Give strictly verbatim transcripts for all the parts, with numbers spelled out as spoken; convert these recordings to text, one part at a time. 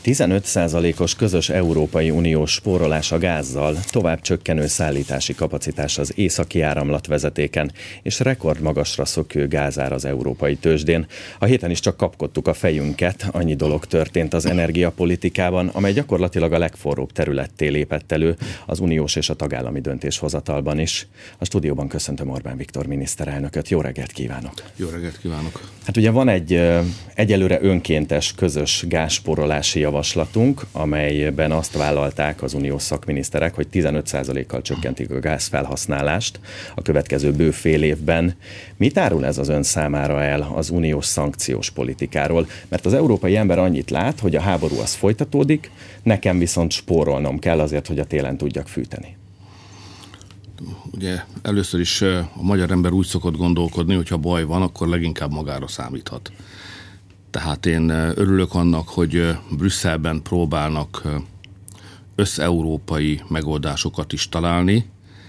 tizenöt százalékos közös Európai Uniós spórolás a gázzal, tovább csökkenő szállítási kapacitás az északi áramlatvezetéken, és rekordmagasra szökő gázár az európai tőzsdén. A héten is csak kapkodtuk a fejünket, annyi dolog történt az energiapolitikában, amely gyakorlatilag a legforróbb területté lépett elő az uniós és a tagállami döntéshozatalban is. A stúdióban köszöntöm Orbán Viktor miniszterelnököt. Jó reggelt kívánok! Jó reggelt kívánok! Hát ugye van egy egyelőre önkéntes közös gázspórolási javaslatunk, amelyben azt vállalták az uniós szakminiszterek, hogy tizenöt százalékkal csökkentik a gázfelhasználást a következő bő fél évben. Mit árul ez az ön számára el az uniós szankciós politikáról? Mert az európai ember annyit lát, hogy a háború az folytatódik, nekem viszont spórolnom kell azért, hogy a télen tudjak fűteni. Ugye először is a magyar ember úgy szokott gondolkodni, hogy ha baj van, akkor leginkább magára számíthat. Tehát én örülök annak, hogy Brüsszelben próbálnak összeurópai megoldásokat is találni,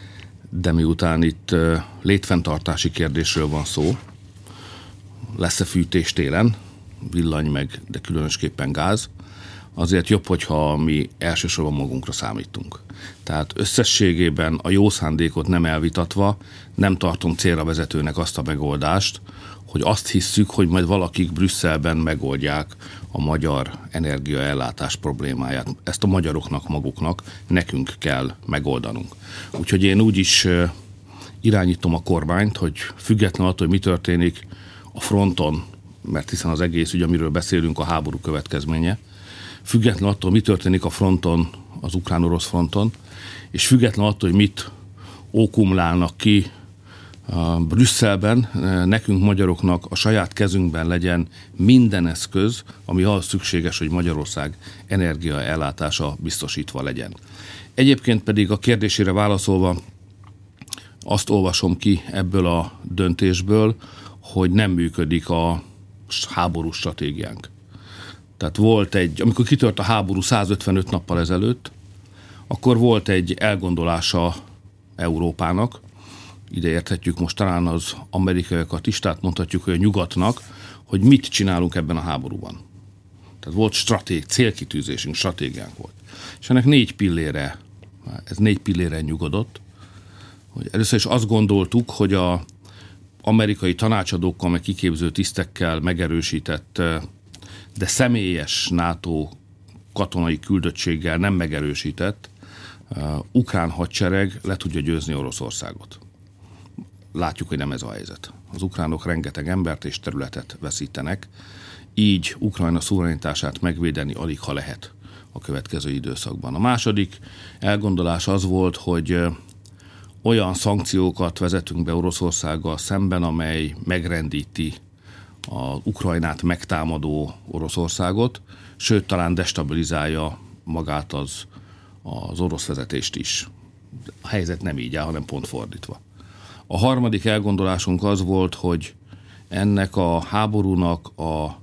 de miután itt létfenntartási kérdésről van szó, lesz-e fűtés télen, villany meg, de különösképpen gáz, azért jobb, hogyha mi elsősorban magunkra számítunk. Tehát összességében a jó szándékot nem elvitatva nem tartom célra vezetőnek azt a megoldást, hogy azt hisszük, hogy majd valakik Brüsszelben megoldják a magyar energiaellátás problémáját. Ezt a magyaroknak maguknak nekünk kell megoldanunk. Úgyhogy én úgy is irányítom a kormányt, hogy független attól, hogy mi történik a fronton, mert hiszen az egész ügy, amiről beszélünk, a háború következménye, független attól, mi történik a fronton, az ukrán-orosz fronton, és független attól, hogy mit ókumlálnak ki a Brüsszelben, nekünk magyaroknak a saját kezünkben legyen minden eszköz, ami ahhoz szükséges, hogy Magyarország energiaellátása biztosítva legyen. Egyébként pedig a kérdésére válaszolva azt olvasom ki ebből a döntésből, hogy nem működik a háborús stratégiánk. Tehát volt egy, amikor kitört a háború százötvenöt nappal ezelőtt, akkor volt egy elgondolása Európának, ide érthetjük most talán az amerikaiakat is, tehát mondhatjuk, hogy a nyugatnak, hogy mit csinálunk ebben a háborúban. Tehát volt stratég, célkitűzésünk, stratégiánk volt. És ennek négy pillére, ez négy pillére nyugodott, hogy először is azt gondoltuk, hogy az amerikai tanácsadókkal, meg kiképző tisztekkel megerősített, de személyes NATO katonai küldöttséggel nem megerősített uh, ukrán hadsereg le tudja győzni Oroszországot. Látjuk, hogy nem ez a helyzet. Az ukránok rengeteg embert és területet veszítenek, így Ukrajna szuverenitását megvédeni alig, ha lehet a következő időszakban. A második elgondolás az volt, hogy uh, olyan szankciókat vezetünk be Oroszországgal szemben, amely megrendíti az Ukrajnát megtámadó Oroszországot, sőt, talán destabilizálja magát az, az orosz vezetést is. A helyzet nem így áll, hanem pont fordítva. A harmadik elgondolásunk az volt, hogy ennek a háborúnak a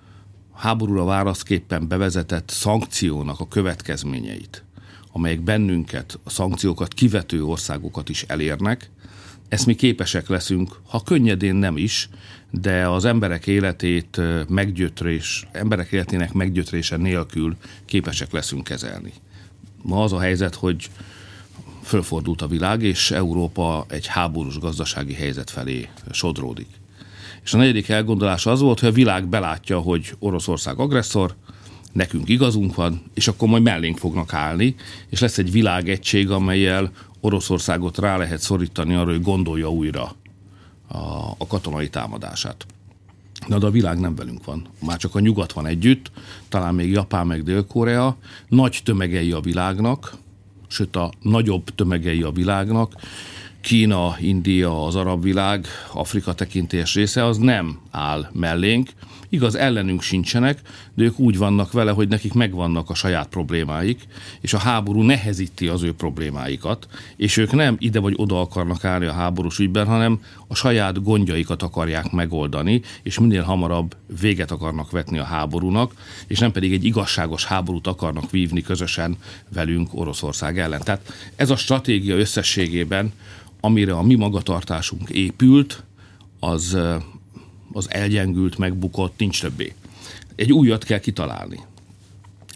háborúra válaszképpen bevezetett szankciónak a következményeit, amelyek bennünket, a szankciókat kivető országokat is elérnek, ezt mi képesek leszünk, ha könnyedén nem is, de az emberek életét meggyötrés, emberek életének meggyötrése nélkül képesek leszünk kezelni. Ma az a helyzet, hogy fölfordult a világ, és Európa egy háborús gazdasági helyzet felé sodródik. És a negyedik elgondolás az volt, hogy a világ belátja, hogy Oroszország agresszor, nekünk igazunk van, és akkor majd mellénk fognak állni, és lesz egy világegység, amellyel Oroszországot rá lehet szorítani arra, hogy gondolja újra a, a katonai támadását. De, de a világ nem velünk van. Már csak a nyugat van együtt, talán még Japán meg Dél-Korea, nagy tömegei a világnak, sőt a nagyobb tömegei a világnak, Kína, India, az arab világ, Afrika tekintélyes része, az nem áll mellénk. Igaz, ellenünk sincsenek, de ők úgy vannak vele, hogy nekik megvannak a saját problémáik, és a háború nehezíti az ő problémáikat, és ők nem ide vagy oda akarnak állni a háborús ügyben, hanem a saját gondjaikat akarják megoldani, és minél hamarabb véget akarnak vetni a háborúnak, és nem pedig egy igazságos háborút akarnak vívni közösen velünk Oroszország ellen. Tehát ez a stratégia összességében, amire a mi magatartásunk épült, az, az elgyengült, megbukott, nincs többé. Egy újat kell kitalálni.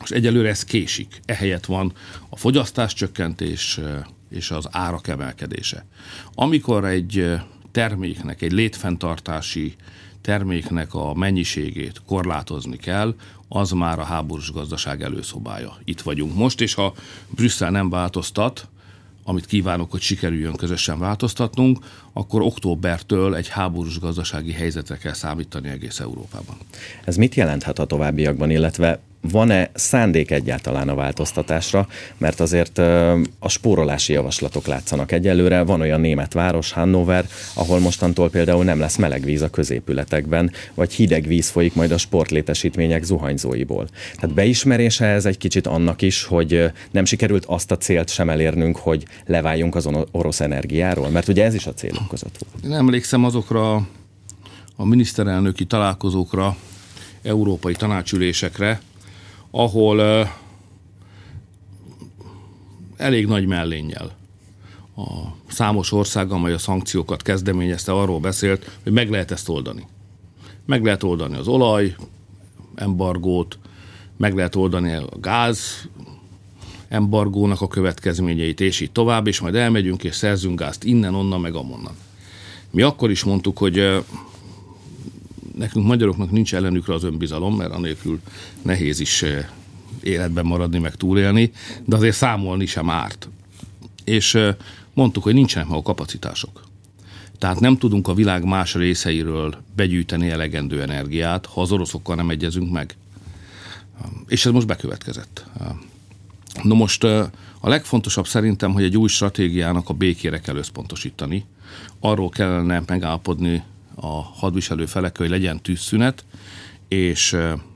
És egyelőre ez késik. Ehelyett van a fogyasztás csökkentés és az árak emelkedése. Amikor egy terméknek, egy létfenntartási terméknek a mennyiségét korlátozni kell, az már a háborús gazdaság előszobája. Itt vagyunk most, és ha Brüsszel nem változtat, amit kívánok, hogy sikerüljön közösen változtatnunk, akkor októbertől egy háborús gazdasági helyzetre kell számítani egész Európában. Ez mit jelenthet a továbbiakban, illetve van-e szándék egyáltalán a változtatásra? Mert azért a spórolási javaslatok látszanak egyelőre. Van olyan német város, Hannover, ahol mostantól például nem lesz meleg víz a középületekben, vagy hideg víz folyik majd a sportlétesítmények zuhanyzóiból. Tehát beismerése ez egy kicsit annak is, hogy nem sikerült azt a célt sem elérnünk, hogy leváljunk az orosz energiáról? Mert ugye ez is a célunk között volt. Én emlékszem azokra a miniszterelnöki találkozókra, európai tanácsülésekre, ahol uh, elég nagy mellénnyel a számos ország, amely a szankciókat kezdeményezte, arról beszélt, hogy meg lehet ezt oldani. Meg lehet oldani az olaj embargót, meg lehet oldani a gáz embargónak a következményeit, és így tovább, és majd elmegyünk és szerzünk gázt innen, onnan, meg amonnan. Mi akkor is mondtuk, hogy uh, nekünk magyaroknak nincs ellenükre az önbizalom, mert anélkül nehéz is életben maradni, meg túlélni, de azért számolni sem árt. És mondtuk, hogy nincsenek meg a kapacitások. Tehát nem tudunk a világ más részeiről begyűjteni elegendő energiát, ha az oroszokkal nem egyezünk meg. És ez most bekövetkezett. No most a legfontosabb szerintem, hogy egy új stratégiának a békére kell összpontosítani. Arról kellene megállapodni a hadviselő felek, hogy legyen tűzszünet, és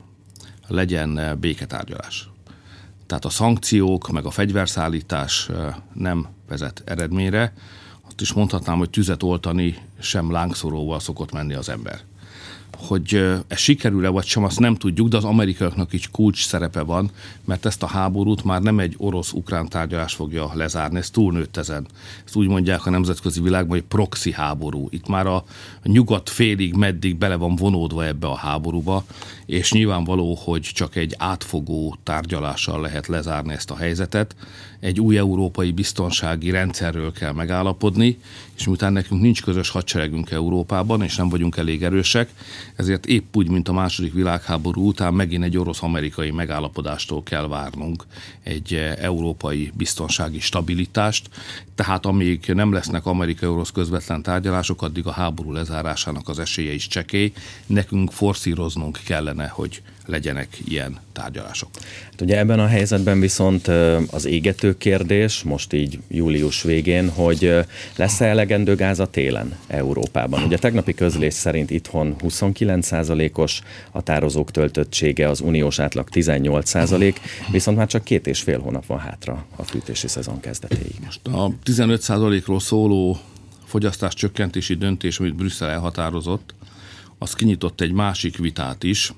legyen béketárgyalás. Tehát a szankciók, meg a fegyverszállítás nem vezet eredményre. Azt is mondhatnám, hogy tüzet oltani sem lángszoróval szokott menni az ember. Hogy ez sikerül-e vagy sem, azt nem tudjuk, de az amerikaiaknak is kulcs szerepe van, mert ezt a háborút már nem egy orosz-ukrán tárgyalás fogja lezárni, ez túlnőtt ezen. Ezt úgy mondják a nemzetközi világban, hogy proxy háború. Itt már a nyugat félig meddig bele van vonódva ebbe a háborúba, és nyilvánvaló, hogy csak egy átfogó tárgyalással lehet lezárni ezt a helyzetet. Egy új európai biztonsági rendszerről kell megállapodni, és miután nekünk nincs közös hadseregünk Európában, és nem vagyunk elég erősek, ezért épp úgy, mint a második világháború után megint egy orosz-amerikai megállapodástól kell várnunk egy európai biztonsági stabilitást. Tehát amíg nem lesznek amerikai-orosz közvetlen tárgyalások, addig a háború lezárásának az esélye is csekély. Nekünk forszíroznunk kellene, hogy legyenek ilyen tárgyalások. Hát ugye ebben a helyzetben viszont az égető kérdés, most így július végén, hogy lesz-e elegendő gáz a télen Európában? Ugye tegnapi közlés szerint itthon huszonkilenc százalékos a tározók töltöttsége, az uniós átlag tizennyolc százalék, viszont már csak két és fél hónap van hátra a fűtési szezon kezdetéig. Most a tizenöt százalékról szóló fogyasztás csökkentési döntés, amit Brüsszel elhatározott, az kinyitott egy másik vitát is,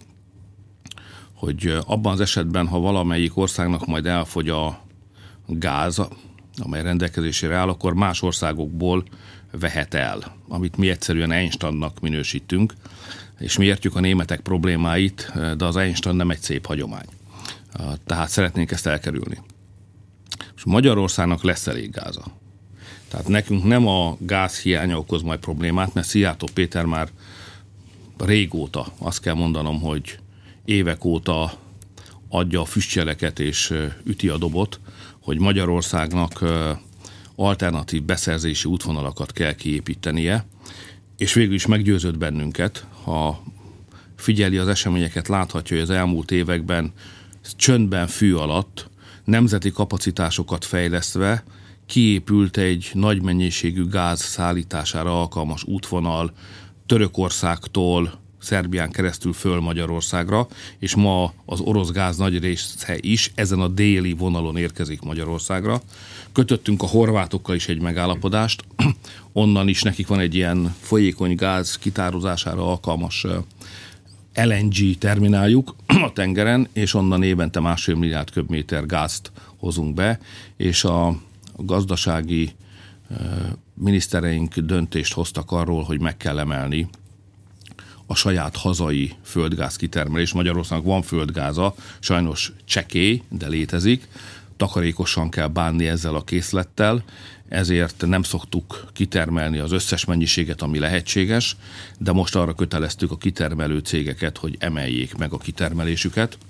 hogy abban az esetben, ha valamelyik országnak majd elfogy a gáz, amely rendelkezésére áll, akkor más országokból vehet el, amit mi egyszerűen Einsteinnak minősítünk, és mi értjük a németek problémáit, de az Einstein nem egy szép hagyomány. Tehát szeretnénk ezt elkerülni. És Magyarországnak lesz elég gáza. Tehát nekünk nem a gáz hiánya okoz majd problémát, mert Szijjártó Péter már régóta, azt kell mondanom, hogy évek óta adja a füstjeleket és üti a dobot, hogy Magyarországnak alternatív beszerzési útvonalakat kell kiépítenie, és végül is meggyőzött bennünket, ha figyeli az eseményeket, láthatja, hogy az elmúlt években csöndben fű alatt nemzeti kapacitásokat fejlesztve kiépült egy nagy mennyiségű gáz szállítására alkalmas útvonal Törökországtól Szerbián keresztül föl Magyarországra, és ma az orosz gáz nagy része is ezen a déli vonalon érkezik Magyarországra. Kötöttünk a horvátokkal is egy megállapodást, onnan is nekik van egy ilyen folyékony gáz kitározására alkalmas el en gé termináljuk a tengeren, és onnan évente másfél milliárd köbméter gázt hozunk be, és a gazdasági minisztereink döntést hoztak arról, hogy meg kell emelni a saját hazai földgáz kitermelés. Magyarországnak van földgáza, sajnos csekély, de létezik. Takarékosan kell bánni ezzel a készlettel, ezért nem szoktuk kitermelni az összes mennyiséget, ami lehetséges, de most arra köteleztük a kitermelő cégeket, hogy emeljék meg a kitermelésüket,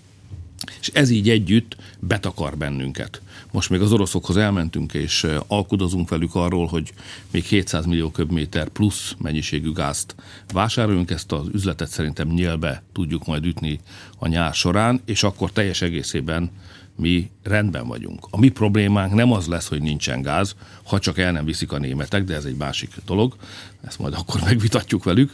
és ez így együtt betakar bennünket. Most még az oroszokhoz elmentünk, és alkudozunk velük arról, hogy még kétszáz millió köbméter plusz mennyiségű gázt vásároljunk, ezt az üzletet szerintem nyílbe tudjuk majd ütni a nyár során, és akkor teljes egészében mi rendben vagyunk. A mi problémánk nem az lesz, hogy nincsen gáz, ha csak el nem viszik a németek, de ez egy másik dolog. Ezt majd akkor megvitatjuk velük,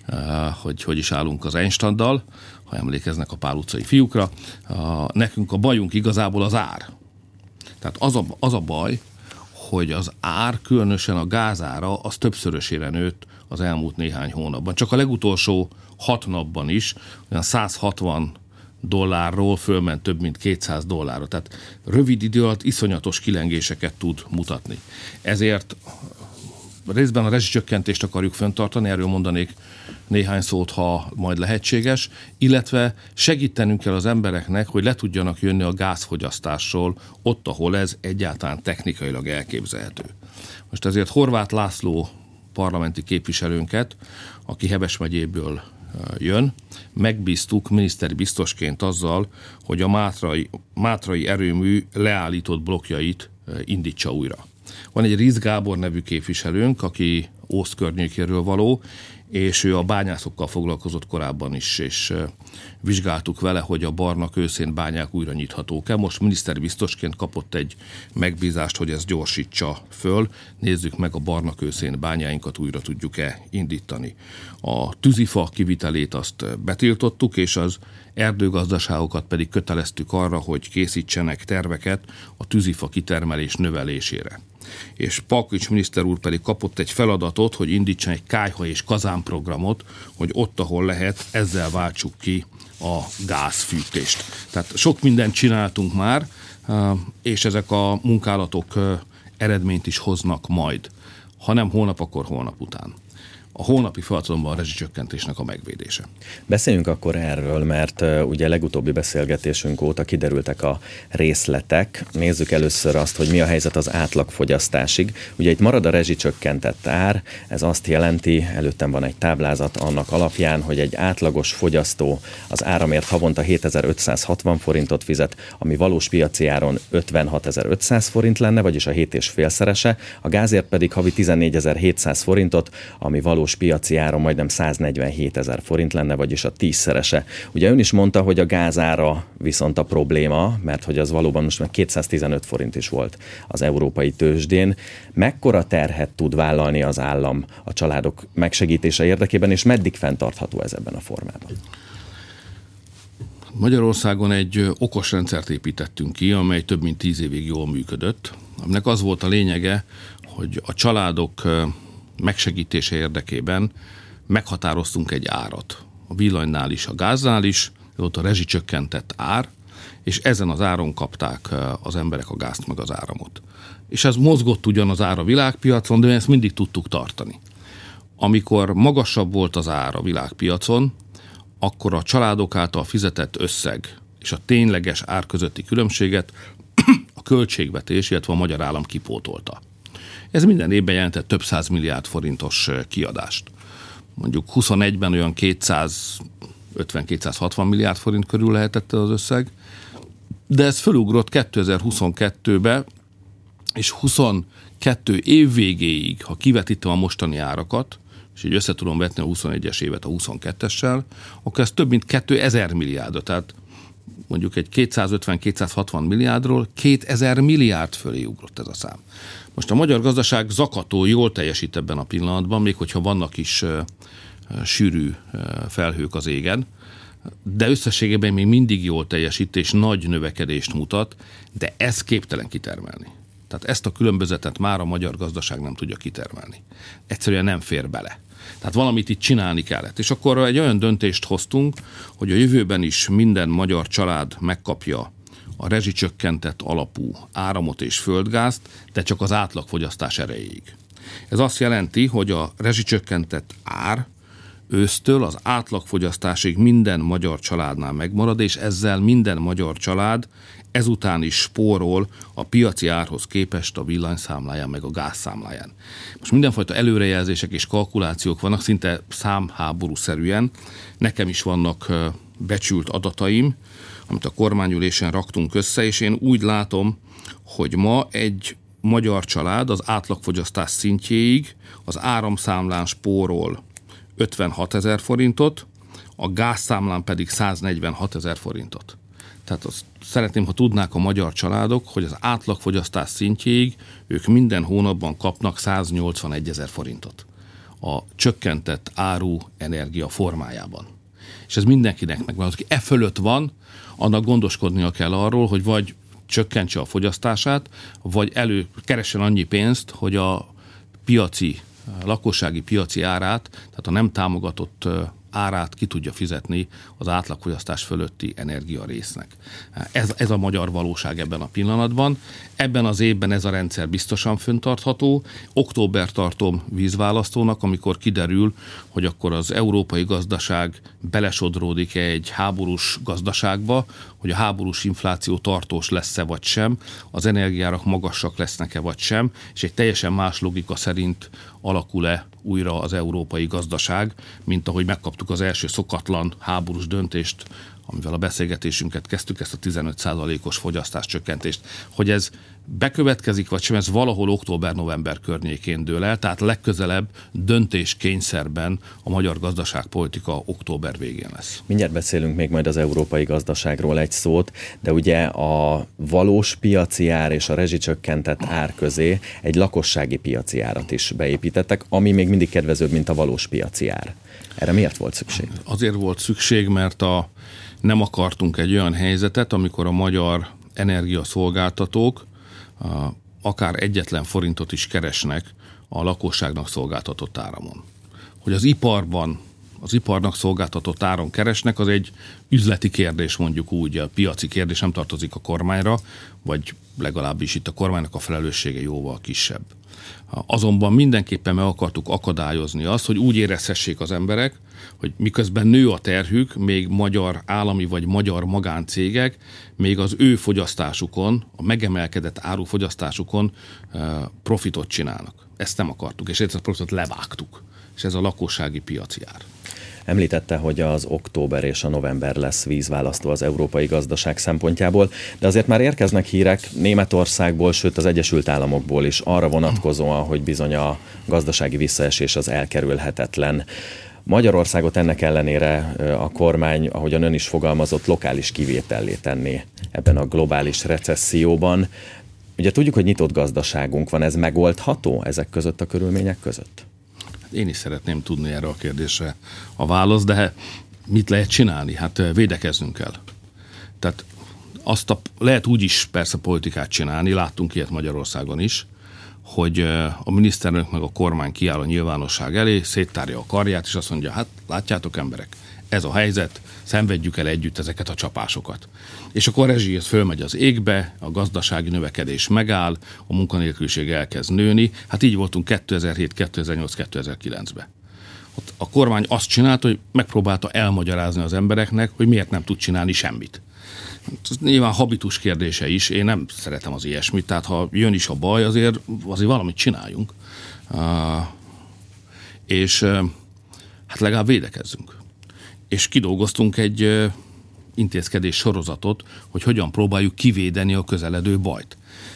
hogy hogy is állunk az Einstanddal, ha emlékeznek a Pál utcai fiúkra. Nekünk a bajunk igazából az ár. Tehát az a, az a baj, hogy az ár, különösen a gázára, az többszörösére nőtt az elmúlt néhány hónapban. Csak a legutolsó hat napban is olyan száz hatvan dollárról fölment több mint kétszáz dollárra. Tehát rövid idő alatt iszonyatos kilengéseket tud mutatni. Ezért részben a rezsicsökkentést akarjuk fenntartani, erről mondanék néhány szót, ha majd lehetséges, illetve segítenünk kell az embereknek, hogy le tudjanak jönni a gázfogyasztásról ott, ahol ez egyáltalán technikailag elképzelhető. Most ezért Horváth László parlamenti képviselőnket, aki Heves megyéből jön, megbíztuk miniszteri biztosként azzal, hogy a mátrai, mátrai erőmű leállított blokkjait indítsa újra. Van egy Risz Gábor nevű képviselőnk, aki Ószd környékéről való, és ő a bányászokkal foglalkozott korábban is, és vizsgáltuk vele, hogy a Barna-Kőszén bányák újra nyithatók-e. Most miniszteri biztosként kapott egy megbízást, hogy ezt gyorsítsa föl. Nézzük meg, a Barna-Kőszén bányáinkat újra tudjuk-e indítani. A tűzifa kivitelét azt betiltottuk, és az erdőgazdaságokat pedig köteleztük arra, hogy készítsenek terveket a tűzifa kitermelés növelésére. És Palkovics miniszter úr pedig kapott egy feladatot, hogy indítson egy kályha és kazán programot, hogy ott, ahol lehet, ezzel váltsuk ki a gázfűtést. Tehát sok mindent csináltunk már, és ezek a munkálatok eredményt is hoznak majd. Ha nem holnap, akkor holnap után. A holnapi feladatomban a rezsicsökkentésnek a megvédése. Beszéljünk akkor erről, mert uh, ugye legutóbbi beszélgetésünk óta kiderültek a részletek. Nézzük először azt, hogy mi a helyzet az átlagfogyasztásig. Ugye itt marad a rezsicsökkentett ár, ez azt jelenti, előttem van egy táblázat annak alapján, hogy egy átlagos fogyasztó az áramért havonta hétezer-ötszázhatvan forintot fizet, ami valós piaci áron ötvenhatezer-ötszáz forint lenne, vagyis a hét és félszerese, a gázért pedig havi tizennégyezer-hétszáz forintot, ami valós piaci áron majdnem száznegyvenhétezer forint lenne, vagyis a tízszerese. Ugye ön is mondta, hogy a gázára viszont a probléma, mert hogy az valóban most már kétszáztizenöt forint is volt az európai tőzsdén. Mekkora terhet tud vállalni az állam a családok megsegítése érdekében, és meddig fenntartható ez ebben a formában? Magyarországon egy okos rendszert építettünk ki, amely több mint tíz évig jól működött, aminek az volt a lényege, hogy a családok megsegítése érdekében meghatároztunk egy árat. A villanynál is, a gáznál is, ott a rezsicsökkentett ár, és ezen az áron kapták az emberek a gázt meg az áramot. És ez mozgott ugyan az ár a világpiacon, de ezt mindig tudtuk tartani. Amikor magasabb volt az ár a világpiacon, akkor a családok által fizetett összeg és a tényleges ár közötti különbséget a költségvetés, illetve a magyar állam kipótolta. Ez minden évben jelentett több száz milliárd forintos kiadást. Mondjuk huszonegyben olyan kétszázötven-kétszázhatvan milliárd forint körül lehetett az összeg, de ez fölugrott kétezer-huszonkettőbe, és huszonkettő év végéig, ha kivetítem a mostani árakat, és így össze tudom vetni a huszonegyes évet a huszonkettessel, akkor ez több mint kétezer milliárd, tehát mondjuk egy kétszázötven-kétszázhatvan milliárdról kétezer milliárd fölé ugrott ez a szám. Most a magyar gazdaság zakató jól teljesít ebben a pillanatban, még hogyha vannak is uh, sűrű uh, felhők az égen, de összességében még mindig jól teljesít és nagy növekedést mutat, de ez képtelen kitermelni. Tehát ezt a különbözetet már a magyar gazdaság nem tudja kitermelni. Egyszerűen nem fér bele. Tehát valamit itt csinálni kellett. És akkor egy olyan döntést hoztunk, hogy a jövőben is minden magyar család megkapja a rezsicsökkentett alapú áramot és földgázt, de csak az átlagfogyasztás erejéig. Ez azt jelenti, hogy a rezsicsökkentett ár ősztől az átlagfogyasztásig minden magyar családnál megmarad, és ezzel minden magyar család ezután is spórol a piaci árhoz képest a villanyszámláján meg a gázszámláján. Most mindenfajta előrejelzések és kalkulációk vannak, szinte számháborúszerűen. Nekem is vannak becsült adataim, amit a kormányülésen raktunk össze, és én úgy látom, hogy ma egy magyar család az átlagfogyasztás szintjéig az áramszámlán spórol ötvenhatezer forintot, a gázszámlán pedig száznegyvenhatezer forintot. Tehát azt szeretném, ha tudnák a magyar családok, hogy az átlagfogyasztás szintjéig ők minden hónapban kapnak száznyolcvanegyezer forintot a csökkentett áru energia formájában. És ez mindenkinek megvan. Aki e fölött van, annak gondoskodnia kell arról, hogy vagy csökkentse a fogyasztását, vagy elő keressen annyi pénzt, hogy a piaci, a lakossági piaci árát, tehát a nem támogatott árát ki tudja fizetni az átlagfogyasztás fölötti energia résznek. Ez, ez a magyar valóság ebben a pillanatban. Ebben az évben ez a rendszer biztosan fenntartható. Október tartom vízválasztónak, amikor kiderül, hogy akkor az európai gazdaság belesodródik-e egy háborús gazdaságba, hogy a háborús infláció tartós lesz-e vagy sem, az energiárak magasak lesznek-e vagy sem, és egy teljesen más logika szerint alakul-e újra az európai gazdaság, mint ahogy megkaptuk az első szokatlan háborús döntést, amivel a beszélgetésünket kezdtük, ezt a tizenöt százalékos fogyasztáscsökkentést. Hogy ez bekövetkezik, vagy sem, ez valahol október-november környékén dől el, tehát legközelebb döntéskényszerben a magyar gazdaságpolitika október végén lesz. Mindjárt beszélünk még majd az európai gazdaságról egy szót, de ugye a valós piaci ár és a rezsicsökkentett ár közé egy lakossági piaci árat is beépítettek, ami még mindig kedvezőbb, mint a valós piaci ár. Erre miért volt szükség? Azért volt szükség, mert a nem akartunk egy olyan helyzetet, amikor a magyar energiaszolgáltatók akár egyetlen forintot is keresnek a lakosságnak szolgáltatott áramon. Hogy az iparban, az iparnak szolgáltatott áron keresnek, az egy üzleti kérdés, mondjuk úgy, a piaci kérdés nem tartozik a kormányra, vagy legalábbis itt a kormánynak a felelőssége jóval kisebb. Azonban mindenképpen meg akartuk akadályozni azt, hogy úgy érezhessék az emberek, hogy miközben nő a terhük, még magyar állami vagy magyar magáncégek még az ő fogyasztásukon, a megemelkedett árufogyasztásukon profitot csinálnak. Ezt nem akartuk, és ezt a profitot levágtuk. És ez a lakossági piaci ár. Említette, hogy az október és a november lesz vízválasztó az európai gazdaság szempontjából, de azért már érkeznek hírek Németországból, sőt az Egyesült Államokból is arra vonatkozóan, hogy bizony a gazdasági visszaesés az elkerülhetetlen. Magyarországot ennek ellenére a kormány, ahogyan ön is fogalmazott, lokális kivétellé tenné ebben a globális recesszióban. Ugye tudjuk, hogy nyitott gazdaságunk van, ez megoldható ezek között a körülmények között? Én is szeretném tudni erre a kérdésre a választ, de mit lehet csinálni? Hát védekeznünk kell. Tehát azt a, lehet úgy is persze politikát csinálni, láttunk ilyet Magyarországon is, hogy a miniszterelnök meg a kormány kiáll a nyilvánosság elé, széttárja a karját, és azt mondja, hát látjátok emberek, ez a helyzet, szenvedjük el együtt ezeket a csapásokat. És akkor a rezsi fölmegy az égbe, a gazdasági növekedés megáll, a munkanélküliség elkezd nőni. Hát így voltunk kétezer-hét, kétezer-nyolc, kétezer-kilencben. A kormány azt csinálta, hogy megpróbálta elmagyarázni az embereknek, hogy miért nem tud csinálni semmit. Ez nyilván habitus kérdése is, én nem szeretem az ilyesmit, tehát ha jön is a baj, azért, azért valamit csináljunk. Uh, és uh, hát legalább védekezzünk. És kidolgoztunk egy uh, intézkedés sorozatot, hogy hogyan próbáljuk kivédeni a közeledő bajt.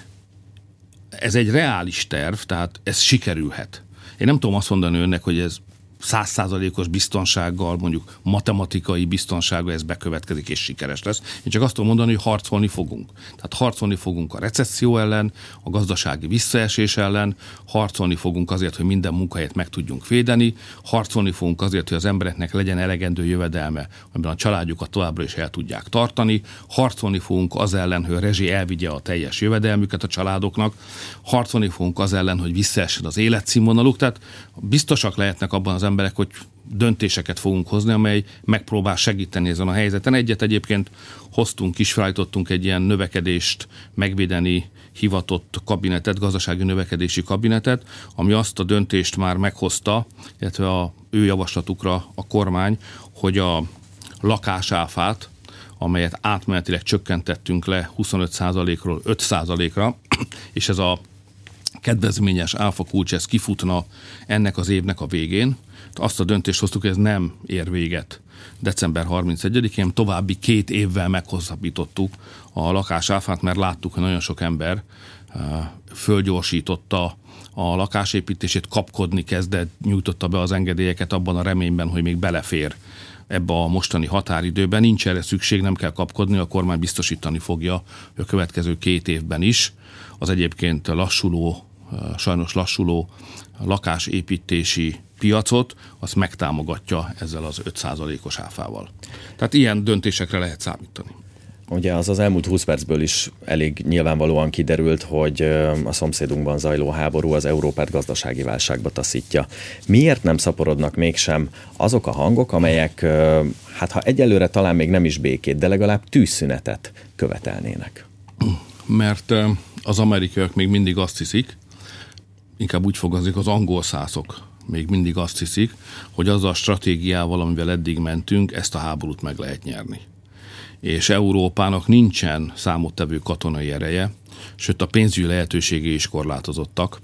Ez egy reális terv, tehát ez sikerülhet. Én nem tudom azt mondani önnek, hogy ez száz százalékos biztonsággal, mondjuk matematikai biztonsággal ez bekövetkezik és sikeres lesz. Én csak azt tudom mondani, hogy harcolni fogunk. Tehát harcolni fogunk a recesszió ellen, a gazdasági visszaesés ellen, harcolni fogunk azért, hogy minden munkahelyet meg tudjunk védeni, harcolni fogunk azért, hogy az embereknek legyen elegendő jövedelme, amiben a családjukat továbbra is el tudják tartani, harcolni fogunk az ellen, hogy a rezsi elvigye a teljes jövedelmüket a családoknak, harcolni fogunk az ellen, hogy visszaessen az életszínvonaluk, tehát biztosak lehetnek abban az emberek, hogy döntéseket fogunk hozni, amely megpróbál segíteni ezen a helyzeten. Egyet egyébként hoztunk is, felállítottunk egy ilyen növekedést megvédeni hivatott kabinetet, gazdasági növekedési kabinetet, ami azt a döntést már meghozta, illetve a ő javaslatukra a kormány, hogy a lakásáfát, amelyet átmenetileg csökkentettünk le huszonöt százalékról öt százalékra, és ez a kedvezményes áfa kulcs, ez kifutna ennek az évnek a végén. Azt a döntést hoztuk, hogy ez nem ér véget december harmincegyedikén, további két évvel meghosszabbítottuk a lakásáfát, mert láttuk, hogy nagyon sok ember fölgyorsította a lakásépítését, kapkodni kezdett, nyújtotta be az engedélyeket abban a reményben, hogy még belefér ebbe a mostani határidőben. Nincs erre szükség, nem kell kapkodni, a kormány biztosítani fogja a következő két évben is. Az egyébként lassuló, sajnos lassuló lakásépítési piacot, azt megtámogatja ezzel az öt százalékos áfával. Tehát ilyen döntésekre lehet számítani. Ugye az az elmúlt húsz percből is elég nyilvánvalóan kiderült, hogy a szomszédunkban zajló háború az Európát gazdasági válságba taszítja. Miért nem szaporodnak mégsem azok a hangok, amelyek, hát ha egyelőre talán még nem is békét, de legalább tűzszünetet követelnének? Mert az amerikaiak még mindig azt hiszik, inkább úgy fogalmazik, az angol szászok még mindig azt hiszik, hogy azzal a stratégiával, amivel eddig mentünk, ezt a háborút meg lehet nyerni. És Európának nincsen számottevő katonai ereje, sőt a pénzügyi lehetőségei is korlátozottak.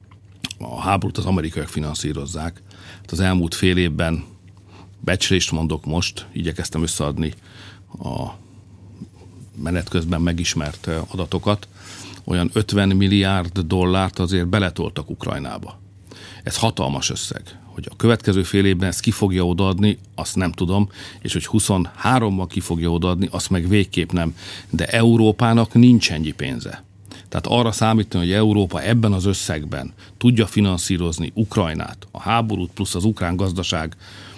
A háborút az amerikaiak finanszírozzák. Az elmúlt fél évben, becslést mondok most, igyekeztem összeadni a menet közben megismert adatokat, olyan ötven milliárd dollárt azért beletoltak Ukrajnába. Ez hatalmas összeg. Hogy a következő fél évben ezt ki fogja odaadni, azt nem tudom, és hogy huszonháromban ki fogja odaadni, azt meg végképp nem. De Európának nincs ennyi pénze. Tehát arra számítani, hogy Európa ebben az összegben tudja finanszírozni Ukrajnát, a háborút plusz az ukrán gazdaság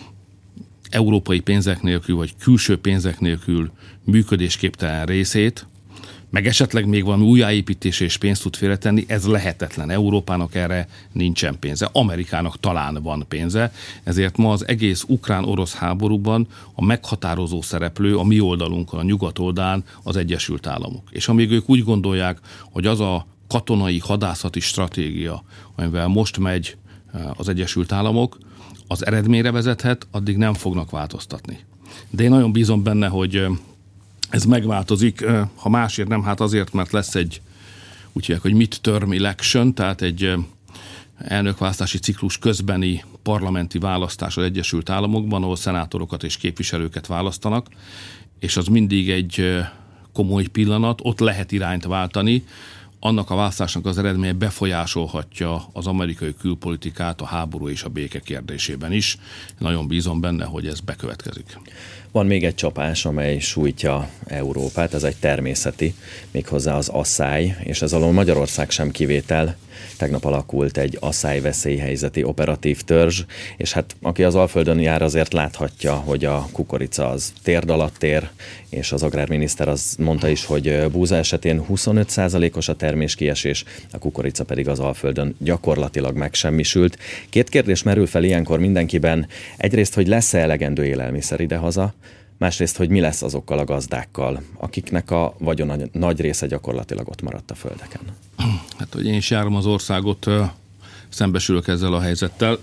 európai pénzek nélkül, vagy külső pénzek nélkül működésképtelen részét, meg esetleg még valami újjáépítésre és pénzt tud félretenni, ez lehetetlen. Európának erre nincsen pénze. Amerikának talán van pénze, ezért ma az egész ukrán-orosz háborúban a meghatározó szereplő a mi oldalunkon, a nyugat oldalán az Egyesült Államok. És amíg ők úgy gondolják, hogy az a katonai hadászati stratégia, amivel most megy az Egyesült Államok, az eredményre vezethet, addig nem fognak változtatni. De én nagyon bízom benne, hogy ez megváltozik, ha másért nem, hát azért, mert lesz egy, úgy hívják, hogy midterm election, tehát egy elnökválasztási ciklus közbeni parlamenti választás az Egyesült Államokban, ahol szenátorokat és képviselőket választanak, és az mindig egy komoly pillanat, ott lehet irányt váltani, annak a választásnak az eredménye befolyásolhatja az amerikai külpolitikát a háború és a béke kérdésében is. Nagyon bízom benne, hogy ez bekövetkezik. Van még egy csapás, amely sújtja Európát, ez egy természeti, méghozzá az asszály, és ez alól Magyarország sem kivétel. Tegnap alakult egy asszályveszélyhelyzeti operatív törzs, és hát aki az Alföldön jár, azért láthatja, hogy a kukorica az térd alatt ér, és az agrárminiszter az mondta is, hogy búza esetén huszonöt százalékos a terméskiesés, a kukorica pedig az Alföldön gyakorlatilag megsemmisült. Két kérdés merül fel ilyenkor mindenkiben. Egyrészt, hogy lesz-e elegendő élelmiszer idehaza, másrészt, hogy mi lesz azokkal a gazdákkal, akiknek a vagyona nagy része gyakorlatilag ott maradt a földeken. Hát, hogy én is járom az országot, szembesülök ezzel a helyzettel.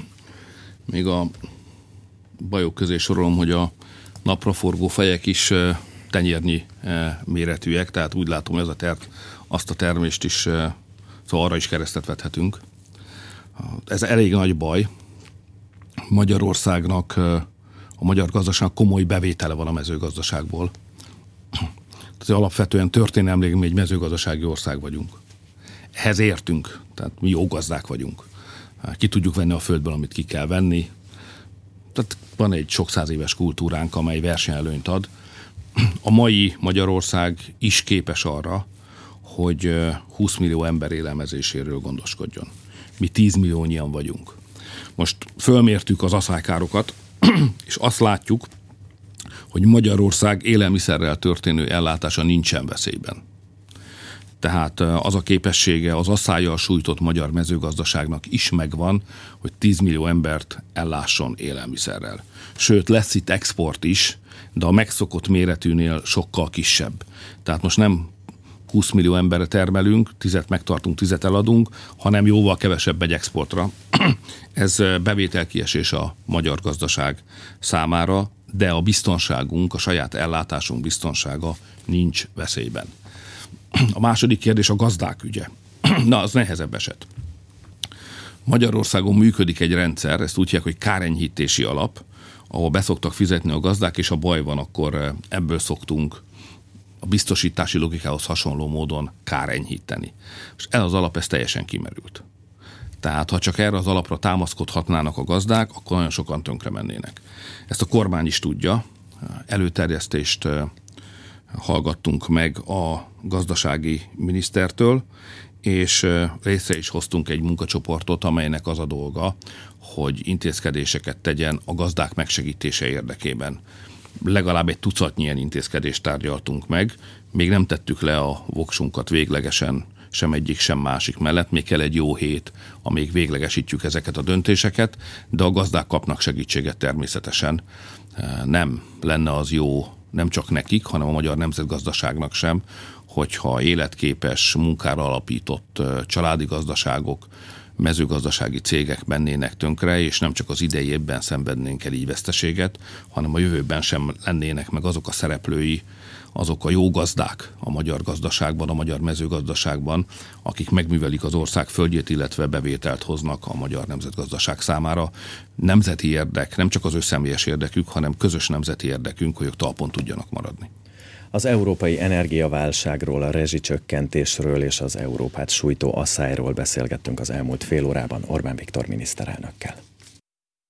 Még a bajok közé sorolom, hogy a napraforgó fejek is tenyérnyi méretűek, tehát úgy látom, hogy ez a ter- azt a termést is, szóval arra is keresztet vethetünk. Ez elég nagy baj. Magyarországnak, a magyar gazdaságnak komoly bevétele van a mezőgazdaságból. Tehát alapvetően történelmileg mi egy mezőgazdasági ország vagyunk. Ehhez értünk, tehát mi jó gazdák vagyunk. Ki tudjuk venni a földből, amit ki kell venni. Tehát van egy sok száz éves kultúránk, amely versenyelőnyt ad. A mai Magyarország is képes arra, hogy húsz millió ember élelmezéséről gondoskodjon. Mi tíz milliónyian vagyunk. Most fölmértük az asszálykárokat, és azt látjuk, hogy Magyarország élelmiszerrel történő ellátása nincsen veszélyben. Tehát az a képessége az asszállyal sújtott magyar mezőgazdaságnak is megvan, hogy tíz millió embert ellásson élelmiszerrel. Sőt, lesz itt export is, de a megszokott méretűnél sokkal kisebb. Tehát most nem húsz millió emberre termelünk, tizet megtartunk, tizet eladunk, hanem jóval kevesebb egy exportra. Ez bevételkiesés a magyar gazdaság számára, de a biztonságunk, a saját ellátásunk biztonsága nincs veszélyben. A második kérdés a gazdák ügye. Na, az nehezebb eset. Magyarországon működik egy rendszer, ezt úgy hívják, hogy kárenyhítési alap, ahol beszoktak fizetni a gazdák, és ha baj van, akkor ebből szoktunk a biztosítási logikához hasonló módon kárenyhíteni. És ez az alap, ez teljesen kimerült. Tehát ha csak erre az alapra támaszkodhatnának a gazdák, akkor nagyon sokan tönkre mennének. Ezt a kormány is tudja. Előterjesztést hallgattunk meg a gazdasági minisztertől, és részre is hoztunk egy munkacsoportot, amelynek az a dolga, hogy intézkedéseket tegyen a gazdák megsegítése érdekében. Legalább egy tucatnyi ilyen intézkedést tárgyaltunk meg, még nem tettük le a voksunkat véglegesen sem egyik, sem másik mellett, még kell egy jó hét, amíg véglegesítjük ezeket a döntéseket, de a gazdák kapnak segítséget természetesen. Nem lenne az jó nem csak nekik, hanem a magyar nemzetgazdaságnak sem, hogyha életképes, munkára alapított családi gazdaságok, mezőgazdasági cégek mennének tönkre, és nem csak az idei évben szenvednénk el így veszteséget, hanem a jövőben sem lennének meg azok a szereplői, azok a jó gazdák a magyar gazdaságban, a magyar mezőgazdaságban, akik megművelik az ország földjét, illetve bevételt hoznak a magyar nemzetgazdaság számára. Nemzeti érdek, nem csak az ő személyes érdekük, hanem közös nemzeti érdekünk, hogy ők talpon tudjanak maradni. Az európai energiaválságról, a rezsicsökkentésről és az Európát sújtó asszályról beszélgettünk az elmúlt fél órában Orbán Viktor miniszterelnökkel.